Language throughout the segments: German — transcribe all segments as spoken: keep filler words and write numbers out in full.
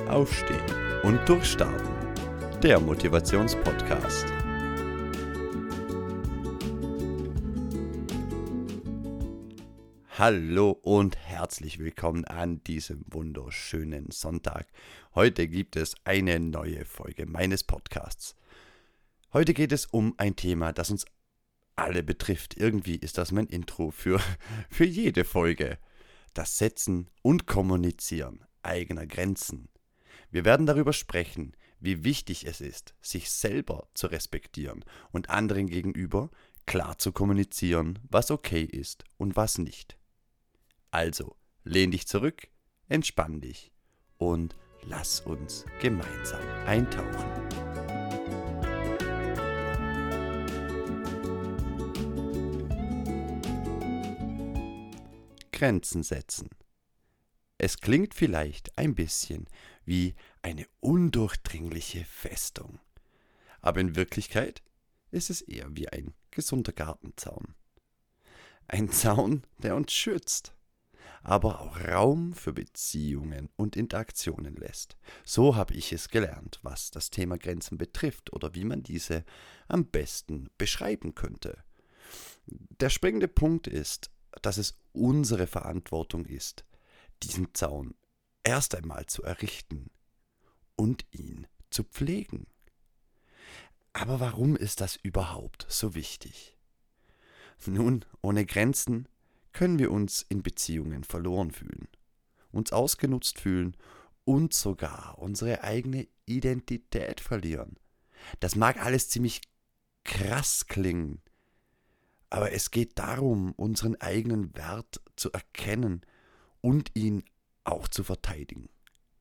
Aufstehen und Durchstarten. Der Motivationspodcast. Hallo und herzlich willkommen an diesem wunderschönen Sonntag. Heute gibt es eine neue Folge meines Podcasts. Heute geht es um ein Thema, das uns alle betrifft. Irgendwie ist das mein Intro für, für jede Folge. Das Setzen und Kommunizieren eigener Grenzen. Wir werden darüber sprechen, wie wichtig es ist, sich selber zu respektieren und anderen gegenüber klar zu kommunizieren, was okay ist und was nicht. Also, lehn dich zurück, entspann dich und lass uns gemeinsam eintauchen. Grenzen setzen. Es klingt vielleicht ein bisschen wie eine undurchdringliche Festung, aber in Wirklichkeit ist es eher wie ein gesunder Gartenzaun. Ein Zaun, der uns schützt, aber auch Raum für Beziehungen und Interaktionen lässt. So habe ich es gelernt, was das Thema Grenzen betrifft oder wie man diese am besten beschreiben könnte. Der springende Punkt ist, dass es unsere Verantwortung ist, diesen Zaun erst einmal zu errichten und ihn zu pflegen. Aber warum ist das überhaupt so wichtig? Nun, ohne Grenzen können wir uns in Beziehungen verloren fühlen, uns ausgenutzt fühlen und sogar unsere eigene Identität verlieren. Das mag alles ziemlich krass klingen, aber es geht darum, unseren eigenen Wert zu erkennen und ihn auch zu verteidigen.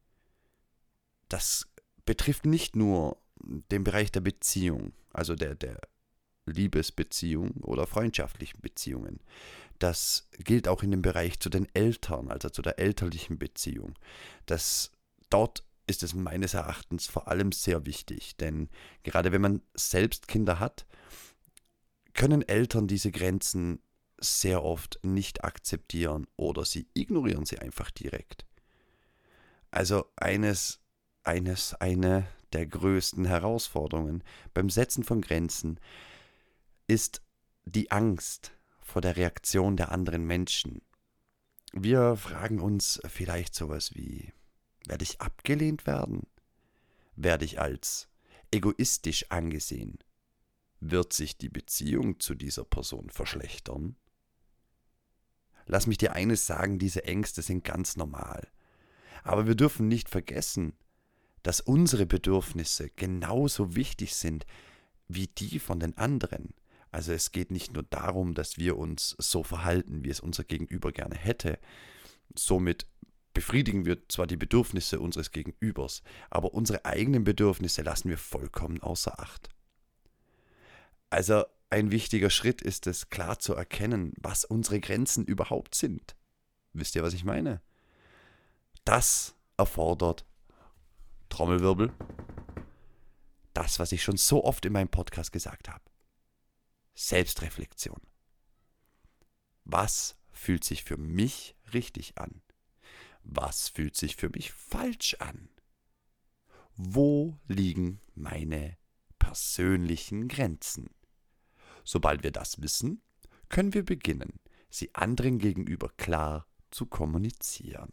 Das betrifft nicht nur den Bereich der Beziehung, also der, der Liebesbeziehung oder freundschaftlichen Beziehungen. Das gilt auch in dem Bereich zu den Eltern, also zu der elterlichen Beziehung. Das, dort ist es meines Erachtens vor allem sehr wichtig, denn gerade wenn man selbst Kinder hat, können Eltern diese Grenzen sehr oft nicht akzeptieren oder sie ignorieren sie einfach direkt. Also eines, eines, eine der größten Herausforderungen beim Setzen von Grenzen ist die Angst vor der Reaktion der anderen Menschen. Wir fragen uns vielleicht sowas wie, werde ich abgelehnt werden? Werde ich als egoistisch angesehen? Wird sich die Beziehung zu dieser Person verschlechtern? Lass mich dir eines sagen, diese Ängste sind ganz normal. Aber wir dürfen nicht vergessen, dass unsere Bedürfnisse genauso wichtig sind wie die von den anderen. Also es geht nicht nur darum, dass wir uns so verhalten, wie es unser Gegenüber gerne hätte. Somit befriedigen wir zwar die Bedürfnisse unseres Gegenübers, aber unsere eigenen Bedürfnisse lassen wir vollkommen außer Acht. Also ein wichtiger Schritt ist es, klar zu erkennen, was unsere Grenzen überhaupt sind. Wisst ihr, was ich meine? Das erfordert, Trommelwirbel, das, was ich schon so oft in meinem Podcast gesagt habe. Selbstreflexion. Was fühlt sich für mich richtig an? Was fühlt sich für mich falsch an? Wo liegen meine persönlichen Grenzen? Sobald wir das wissen, können wir beginnen, sie anderen gegenüber klar zu kommunizieren.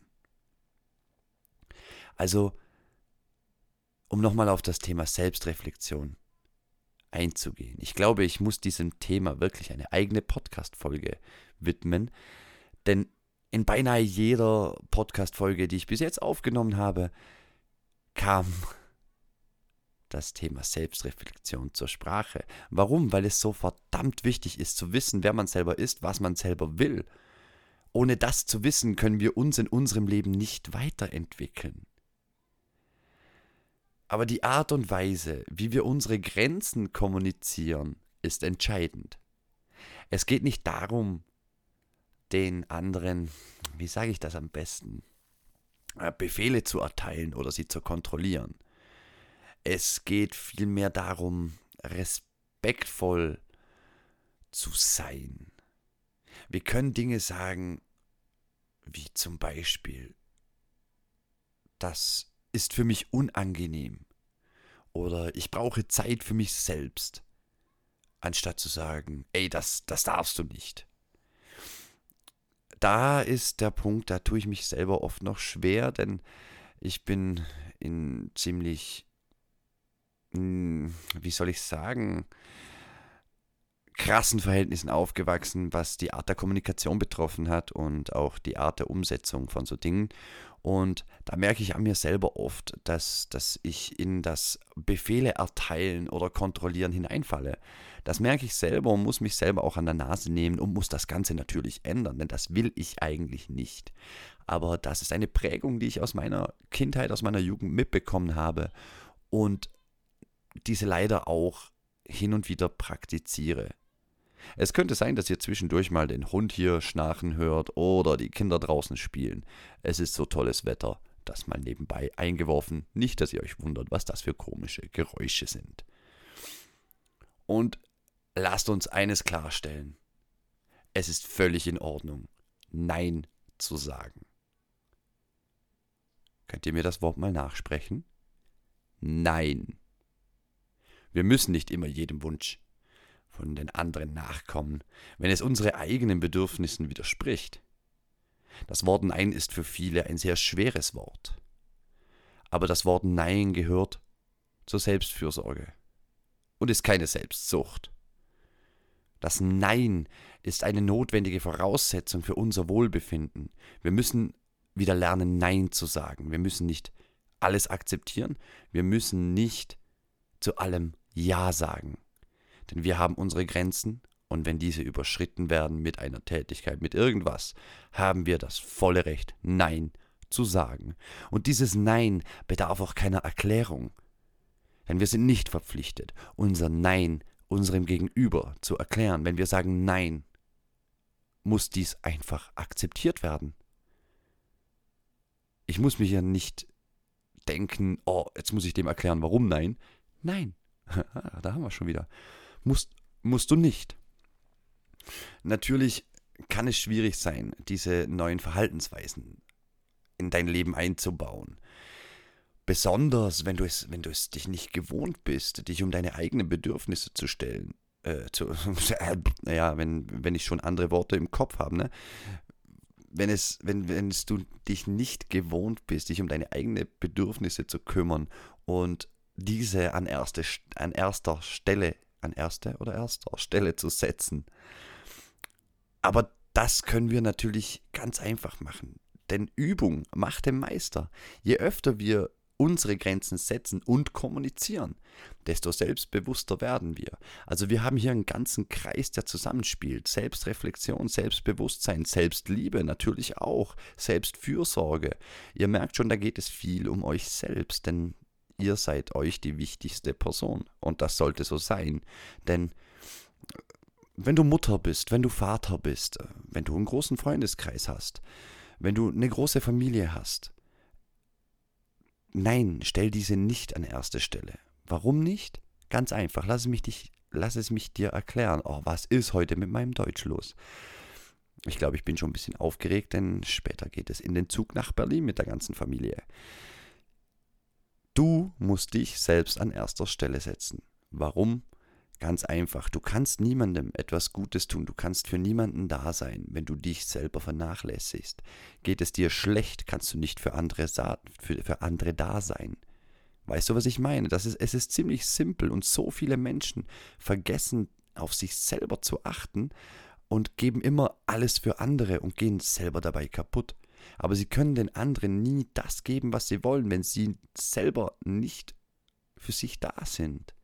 Also, um nochmal auf das Thema Selbstreflexion einzugehen. Ich glaube, ich muss diesem Thema wirklich eine eigene Podcast-Folge widmen, denn in beinahe jeder Podcast-Folge, die ich bis jetzt aufgenommen habe, kam das Thema Selbstreflexion zur Sprache. Warum? Weil es so verdammt wichtig ist, zu wissen, wer man selber ist, was man selber will. Ohne das zu wissen, können wir uns in unserem Leben nicht weiterentwickeln. Aber die Art und Weise, wie wir unsere Grenzen kommunizieren, ist entscheidend. Es geht nicht darum, den anderen, wie sage ich das am besten, Befehle zu erteilen oder sie zu kontrollieren. Es geht vielmehr darum, respektvoll zu sein. Wir können Dinge sagen, wie zum Beispiel, dass ist für mich unangenehm. Oder ich brauche Zeit für mich selbst. Anstatt zu sagen, ey, das, das darfst du nicht. Da ist der Punkt, da tue ich mich selber oft noch schwer, denn ich bin in ziemlich, wie soll ich sagen, krassen Verhältnissen aufgewachsen, was die Art der Kommunikation betroffen hat und auch die Art der Umsetzung von so Dingen. Und da merke ich an mir selber oft, dass, dass ich in das Befehle erteilen oder kontrollieren hineinfalle. Das merke ich selber und muss mich selber auch an der Nase nehmen und muss das Ganze natürlich ändern, denn das will ich eigentlich nicht. Aber das ist eine Prägung, die ich aus meiner Kindheit, aus meiner Jugend mitbekommen habe und diese leider auch hin und wieder praktiziere. Es könnte sein, dass ihr zwischendurch mal den Hund hier schnarchen hört oder die Kinder draußen spielen. Es ist so tolles Wetter, das mal nebenbei eingeworfen. Nicht, dass ihr euch wundert, was das für komische Geräusche sind. Und lasst uns eines klarstellen. Es ist völlig in Ordnung, Nein zu sagen. Könnt ihr mir das Wort mal nachsprechen? Nein. Wir müssen nicht immer jedem Wunsch von den anderen nachkommen, wenn es unsere eigenen Bedürfnissen widerspricht. Das Wort Nein ist für viele ein sehr schweres Wort. Aber das Wort Nein gehört zur Selbstfürsorge und ist keine Selbstsucht. Das Nein ist eine notwendige Voraussetzung für unser Wohlbefinden. Wir müssen wieder lernen, Nein zu sagen. Wir müssen nicht alles akzeptieren. Wir müssen nicht zu allem Ja sagen. Denn wir haben unsere Grenzen und wenn diese überschritten werden mit einer Tätigkeit, mit irgendwas, haben wir das volle Recht, Nein zu sagen. Und dieses Nein bedarf auch keiner Erklärung. Denn wir sind nicht verpflichtet, unser Nein unserem Gegenüber zu erklären. Wenn wir sagen Nein, muss dies einfach akzeptiert werden. Ich muss mir ja nicht denken, oh, jetzt muss ich dem erklären, warum Nein. Nein, da haben wir schon wieder. Musst, musst du nicht. Natürlich kann es schwierig sein, diese neuen Verhaltensweisen in dein Leben einzubauen. Besonders, wenn du es, wenn du es dich nicht gewohnt bist, dich um deine eigenen Bedürfnisse zu stellen. Äh, zu, äh, naja, wenn, wenn ich schon andere Worte im Kopf habe, ne? Wenn es, wenn, wenn es du dich nicht gewohnt bist, dich um deine eigenen Bedürfnisse zu kümmern und diese an, erste, an erster Stelle, an erste oder erster Stelle zu setzen. Aber das können wir natürlich ganz einfach machen. Denn Übung macht den Meister. Je öfter wir unsere Grenzen setzen und kommunizieren, desto selbstbewusster werden wir. Also wir haben hier einen ganzen Kreis, der zusammenspielt. Selbstreflexion, Selbstbewusstsein, Selbstliebe natürlich auch, Selbstfürsorge. Ihr merkt schon, da geht es viel um euch selbst, denn ihr seid euch die wichtigste Person. Und das sollte so sein. Denn wenn du Mutter bist, wenn du Vater bist, wenn du einen großen Freundeskreis hast, wenn du eine große Familie hast, nein, stell diese nicht an erste Stelle. Warum nicht? Ganz einfach, lass es mich, dich, lass es mich dir erklären. Oh, was ist heute mit meinem Deutsch los? Ich glaube, ich bin schon ein bisschen aufgeregt, denn später geht es in den Zug nach Berlin mit der ganzen Familie. Du musst dich selbst an erster Stelle setzen. Warum? Ganz einfach, du kannst niemandem etwas Gutes tun, du kannst für niemanden da sein, wenn du dich selber vernachlässigst. Geht es dir schlecht, kannst du nicht für andere, für, für andere da sein. Weißt du, was ich meine? Das ist, es ist ziemlich simpel und so viele Menschen vergessen, auf sich selber zu achten und geben immer alles für andere und gehen selber dabei kaputt. Aber sie können den anderen nie das geben, was sie wollen, wenn sie selber nicht für sich da sind.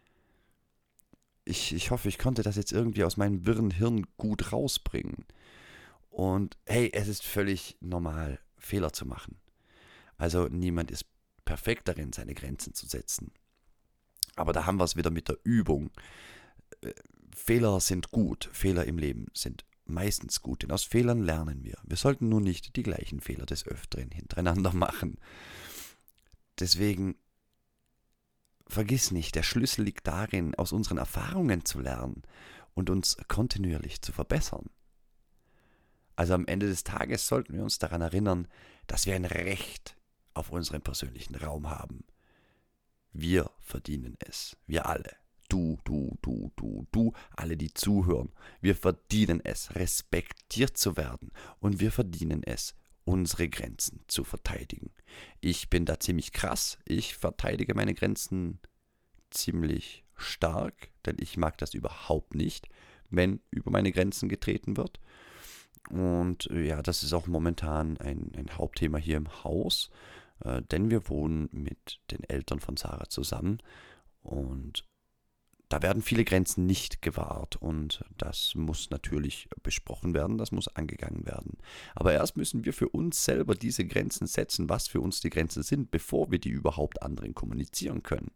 Ich, ich hoffe, ich konnte das jetzt irgendwie aus meinem wirren Hirn gut rausbringen. Und hey, es ist völlig normal, Fehler zu machen. Also niemand ist perfekt darin, seine Grenzen zu setzen. Aber da haben wir es wieder mit der Übung. Fehler sind gut. Fehler im Leben sind meistens gut, denn aus Fehlern lernen wir. Wir sollten nur nicht die gleichen Fehler des Öfteren hintereinander machen. Deswegen vergiss nicht, der Schlüssel liegt darin, aus unseren Erfahrungen zu lernen und uns kontinuierlich zu verbessern. Also am Ende des Tages sollten wir uns daran erinnern, dass wir ein Recht auf unseren persönlichen Raum haben. Wir verdienen es. Wir alle. Du, du, du, du, du, alle, die zuhören. Wir verdienen es, respektiert zu werden. Und wir verdienen es, unsere Grenzen zu verteidigen. Ich bin da ziemlich krass. Ich verteidige meine Grenzen ziemlich stark, denn ich mag das überhaupt nicht, wenn über meine Grenzen getreten wird. Und ja, das ist auch momentan ein, ein Hauptthema hier im Haus, äh, denn wir wohnen mit den Eltern von Sarah zusammen und da werden viele Grenzen nicht gewahrt und das muss natürlich besprochen werden, das muss angegangen werden. Aber erst müssen wir für uns selber diese Grenzen setzen, was für uns die Grenzen sind, bevor wir die überhaupt anderen kommunizieren können.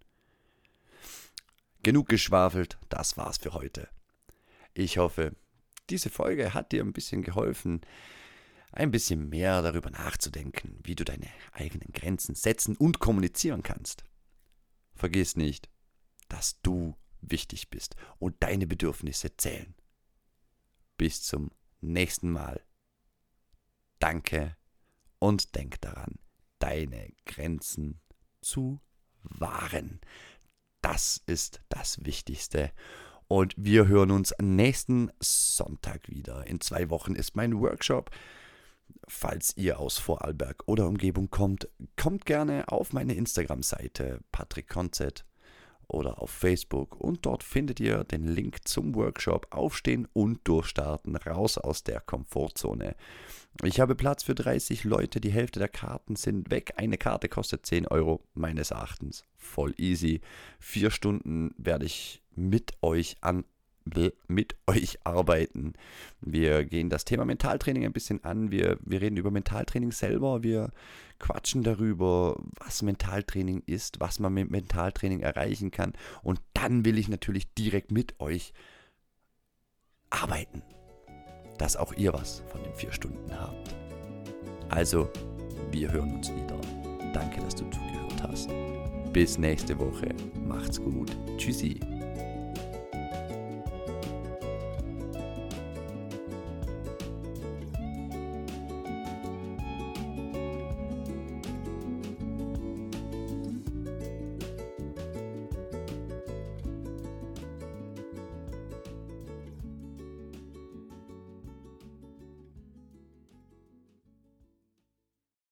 Genug geschwafelt, das war's für heute. Ich hoffe, diese Folge hat dir ein bisschen geholfen, ein bisschen mehr darüber nachzudenken, wie du deine eigenen Grenzen setzen und kommunizieren kannst. Vergiss nicht, dass du wichtig bist und deine Bedürfnisse zählen. Bis zum nächsten Mal. Danke und denk daran, deine Grenzen zu wahren. Das ist das Wichtigste. Und wir hören uns nächsten Sonntag wieder. In zwei Wochen ist mein Workshop. Falls ihr aus Vorarlberg oder Umgebung kommt, kommt gerne auf meine Instagram-Seite Patrick Konzett oder auf Facebook und dort findet ihr den Link zum Workshop Aufstehen und Durchstarten, raus aus der Komfortzone. Ich habe Platz für dreißig Leute, die Hälfte der Karten sind weg. Eine Karte kostet zehn Euro, meines Erachtens voll easy. Vier Stunden werde ich mit euch an mit euch arbeiten. Wir gehen das Thema Mentaltraining ein bisschen an. Wir, wir reden über Mentaltraining selber. Wir quatschen darüber, was Mentaltraining ist, was man mit Mentaltraining erreichen kann. Und dann will ich natürlich direkt mit euch arbeiten, dass auch ihr was von den vier Stunden habt. Also, wir hören uns wieder. Danke, dass du zugehört hast. Bis nächste Woche. Macht's gut. Tschüssi.